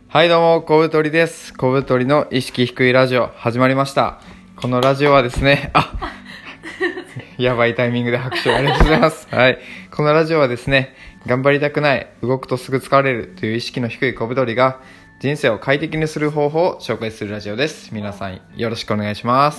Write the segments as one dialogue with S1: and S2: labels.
S1: はいどうも、小太りです。小太りの意識低いラジオ始まりました。このラジオはですね、やばいタイミングで拍手ありがとうございます。はい。このラジオはですね、頑張りたくない、動くとすぐ疲れるという意識の低い小太りが人生を快適にする方法を紹介するラジオです。皆さんよろしくお願いします。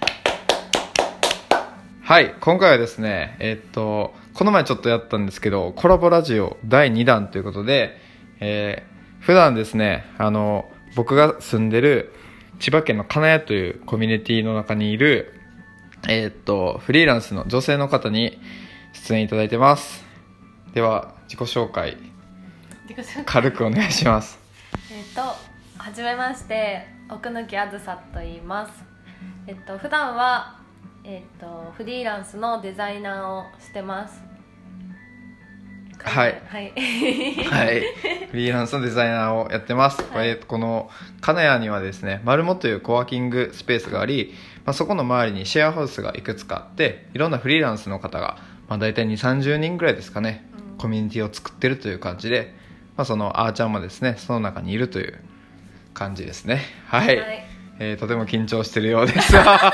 S1: はい、今回はですね、この前ちょっとやったんですけど、コラボラジオ第2弾ということで、普段ですね、僕が住んでる千葉県の金谷というコミュニティの中にいる、フリーランスの女性の方に出演いただいてます。では、自己紹介軽くお願いします。
S2: はじめまして、奥貫あずさと言います。普段は、フリーランスのデザイナーをしてます。
S1: はい、はい、フリーランスのデザイナーをやってます。はい、この金谷にはですね、マルモというコワーキングスペースがあり、そこの周りにシェアハウスがいくつかあって、いろんなフリーランスの方が、大体2、30人ぐらいですかね、コミュニティを作ってるという感じで、そのあーちゃんもですね、その中にいるという感じですね。はい、とても緊張してるようです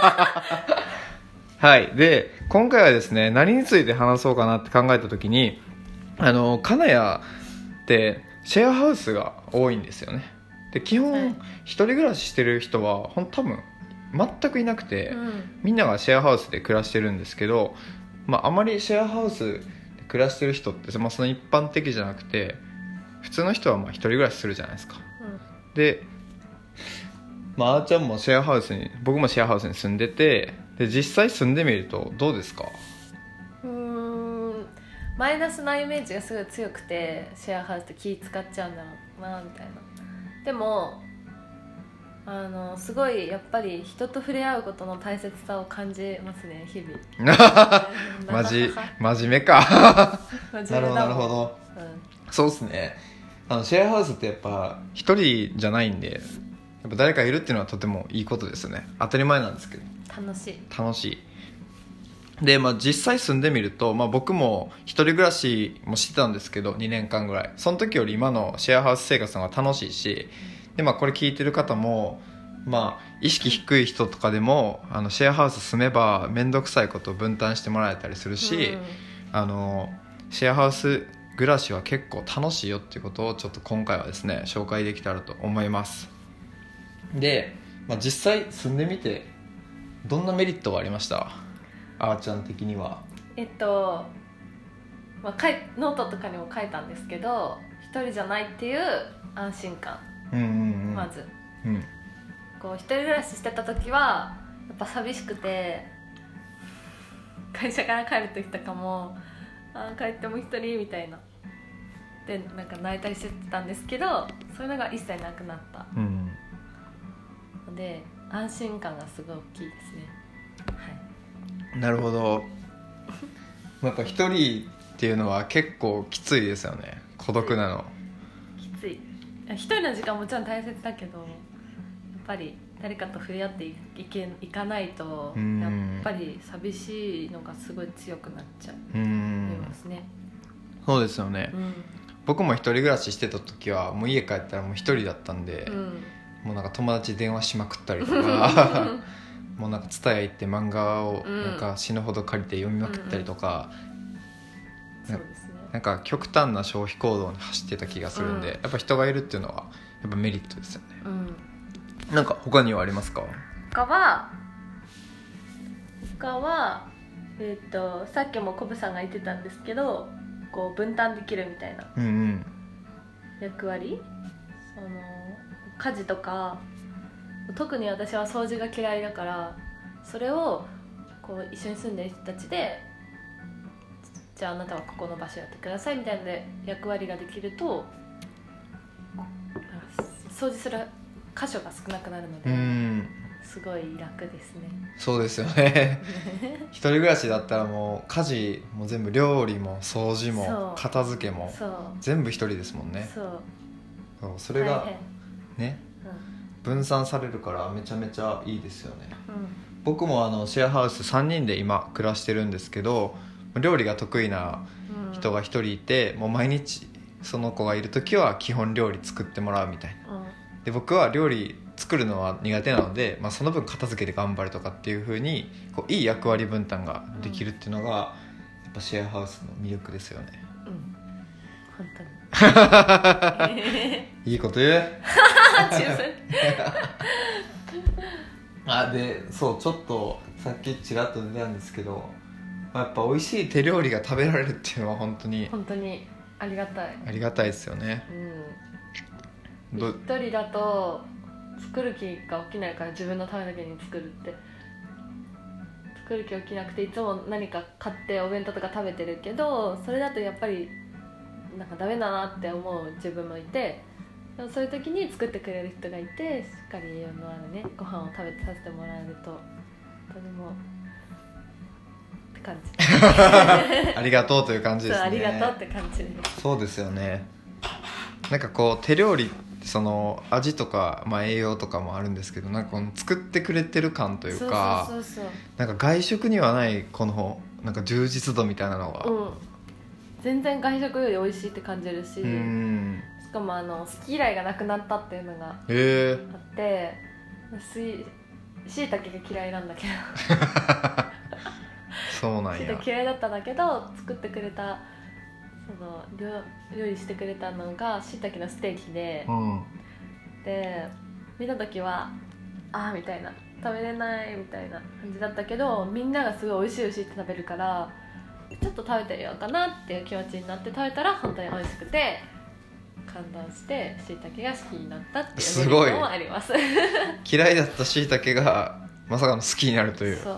S1: はい。で、今回はですね、何について話そうかなって考えたときに、金谷ってシェアハウスが多いんですよね。で、基本、一人暮らししてる人は多分全くいなくて、みんながシェアハウスで暮らしてるんですけど、あまりシェアハウスで暮らしてる人って、その一般的じゃなくて、普通の人は一人暮らしするじゃないですか。で、あーちゃんもシェアハウスに、僕もシェアハウスに住んでて、で実際住んでみるとどうですか？
S2: マイナスなイメージがすごい強くて、シェアハウスって気使っちゃうんだろうなみたいな。でもすごいやっぱり人と触れ合うことの大切さを感じますね、日々
S1: 真面目か
S2: 真面目だもん。
S1: なるほど、そうですね。シェアハウスってやっぱ一人じゃないんで、やっぱ誰かいるっていうのはとてもいいことですよね。当たり前なんですけど
S2: 楽しい
S1: で、実際住んでみると、僕も一人暮らしもしてたんですけど、2年間ぐらい。その時より今のシェアハウス生活の方が楽しいし、で、これ聞いてる方も、意識低い人とかでも、シェアハウス住めば面倒くさいことを分担してもらえたりするし、シェアハウス暮らしは結構楽しいよっていうことをちょっと今回はですね、紹介できたらと思います。で、実際住んでみて、どんなメリットがありました？あーちゃん的には。
S2: ノートとかにも書いたんですけど、一人じゃないっていう安心感、まず、こう一人暮らししてた時はやっぱ寂しくて、会社から帰る時とかも帰っても一人みたいなで泣いたりしてたんですけど、そういうのが一切なくなったので、安心感がすごい大きいですね。
S1: なるほどやっぱ一人っていうのは結構きついですよね。孤独なの
S2: きつい。一人の時間もちろん大切だけど、やっぱり誰かと触れ合っていかないと、やっぱり寂しいのがすごい強くなっちゃいますね。
S1: そうですよね、僕も一人暮らししてた時はもう家帰ったらもう一人だったんで、もう友達に電話しまくったりとかもうTSUTAYA行って漫画を死ぬほど借りて読みまくったりとか、
S2: そうですね、
S1: 極端な消費行動に走ってた気がするんで、やっぱ人がいるっていうのはやっぱメリットですよね。他にはありますか？
S2: 他はさっきもコブさんが言ってたんですけど、こう分担できるみたいな役割、家事とか、特に私は掃除が嫌いだから、それをこう一緒に住んでる人たちで、じゃああなたはここの場所やってくださいみたいなので役割ができると、掃除する箇所が少なくなるので、すごい楽ですね。
S1: そうですよね一人暮らしだったらもう家事も全部、料理も掃除も片付けも全部一人ですもんね。それがね、分散されるからめちゃめちゃいいですよね。僕もシェアハウス3人で今暮らしてるんですけど、料理が得意な人が1人いて、もう毎日その子がいる時は基本料理作ってもらうみたいな、で僕は料理作るのは苦手なので、その分片付けて頑張るとかっていう風にこういい役割分担ができるっていうのが、やっぱシェアハウスの魅力ですよね。
S2: 本当に
S1: いいこと言うでそうちょっとさっきちらっと出たんですけど、やっぱ美味しい手料理が食べられるっていうのは本当に
S2: ありがたい
S1: ですよね。
S2: 一人だと作る気が起きないから、自分のためだけに作る気起きなくて、いつも何か買ってお弁当とか食べてるけど、それだとやっぱりなんかダメだなって思う自分もいて、でもそういう時に作ってくれる人がいて、しっかり栄養のあるねご飯を食べさせてもらえるととてもって感じ
S1: ありがとうという感じですね。
S2: ありがとうって感じです。
S1: そうですよね。なんかこう手料理その味とか、栄養とかもあるんですけど、なんかこの作ってくれてる感というか、なんか外食にはないこのなんか充実度みたいなのが、
S2: 全然外食より美味しいって感じるし、しかも好き嫌いがなくなったっていうのがあって、しいたけが嫌いなんだけど
S1: そうなんや。
S2: しいたけ嫌いだったんだけど、作ってくれたその料理してくれたのがしいたけのステーキで、で見た時はみたいな、食べれないみたいな感じだったけど、みんながすごい美味しい美味しいって食べるから、ちょっと食べてみようかなっていう気持ちになって食べたら本当に美味しくて感動してしいたけが好きになったっていうメリットもあります。
S1: 嫌いだったしいたけがまさかの好きになるという。そう、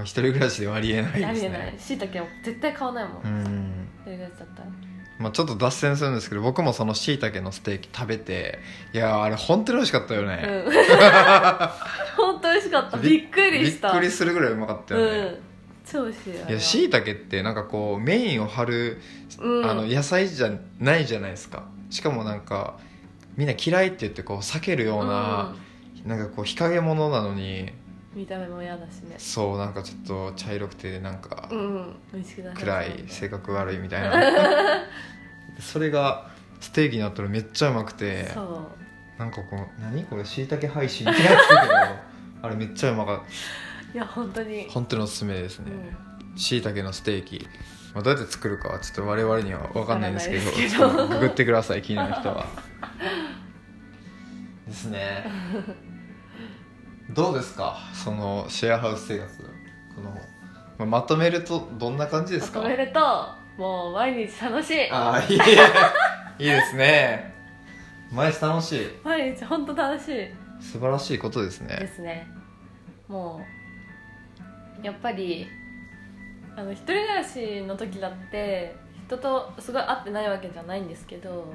S1: 一人暮らしではありえないですね。
S2: ありえない。しいたけは絶対買わないもん。一人暮らしだったら。
S1: ちょっと脱線するんですけど、僕もそのしいたけのステーキ食べて、いやあれ本当に美味しかったよね。
S2: 本当美味しかった。びっくりした。
S1: びっくりするぐらいうまかったよね。
S2: 超美味しい。
S1: いや、しいたけってなんかこうメインを張る、野菜じゃないじゃないですか。しかもなんかみんな嫌いって言ってこう避けるような、なんかこう日陰者なのに
S2: 見た目も嫌だしね。
S1: そう、なんかちょっと茶色くてなんか暗い、性格悪いみたいなそれがステーキになったらめっちゃうまくて、なんかこう何これしいたけ配信みたいなやつだけどあれめっちゃうまかった。
S2: いや本当に
S1: おすすめですね。しいたけのステーキ、どうやって作るかはちょっと我々には分かんないんですけど、ググってください、気になる人はですね。どうですか、そのシェアハウス生活、このまとめるとどんな感じですか？
S2: まとめるともう毎日楽しい。
S1: いいですね。毎日楽しい。
S2: 毎日本当楽しい。
S1: 素晴らしいことですね。
S2: ですね。もうやっぱり一人暮らしの時だって人とすごい会ってないわけじゃないんですけど、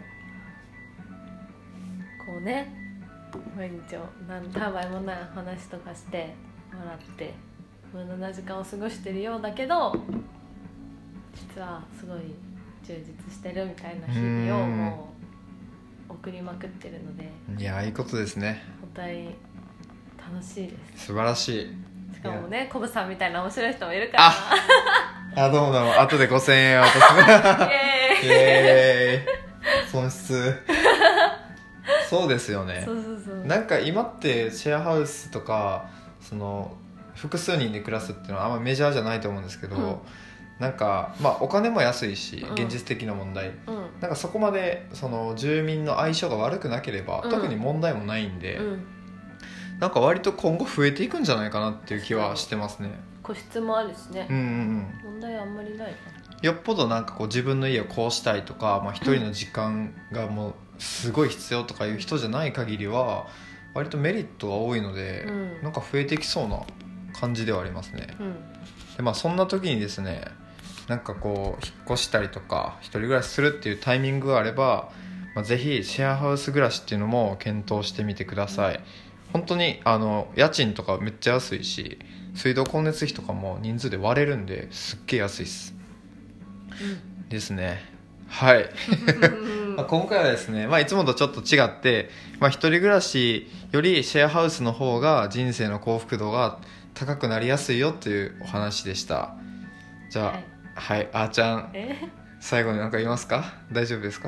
S2: こうね毎日をたわいもない話とかしてもらって無駄な時間を過ごしてるようだけど、実はすごい充実してるみたいな日々をもう送りまくってるので、
S1: いやいいことですね。
S2: 本当に楽しいです。
S1: 素晴らしい。
S2: しかもね、コブさんみたいな面白い人もいるから
S1: どうも後で5000円渡すイエーイ損失そうですよね。なんか今ってシェアハウスとかその複数人で暮らすっていうのはあんまメジャーじゃないと思うんですけど、なんかお金も安いし現実的な問題、なんかそこまでその住民の相性が悪くなければ、特に問題もないんで、なんか割と今後増えていくんじゃないかなっていう気はしてますね。
S2: 個室もあるしね、問題はあんまりないかな。
S1: よっぽどなんかこう自分の家をこうしたいとか、一人の時間がもうすごい必要とかいう人じゃない限りは割とメリットが多いので、なんか増えてきそうな感じではありますね。でそんな時にですね、なんかこう引っ越したりとか一人暮らしするっていうタイミングがあれば、ぜひシェアハウス暮らしっていうのも検討してみてください。本当に家賃とかめっちゃ安いし、水道光熱費とかも人数で割れるんで、すっげえ安いっす、ですね。はい今回はですね、いつもとちょっと違って、一人暮らしよりシェアハウスの方が人生の幸福度が高くなりやすいよというお話でした。じゃあ、あーちゃん、最後に何か言いますか？大丈夫ですか？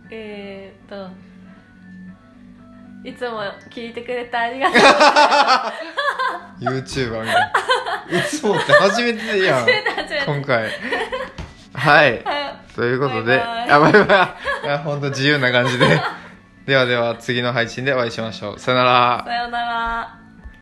S2: いつも聞いてくれてありがとうございます
S1: YouTuber みたいないつもって初めてやん
S2: 初めて
S1: 今回はいということでバイバイ本当自由な感じでではでは次の配信でお会いしましょう。さよなら。
S2: さよなら。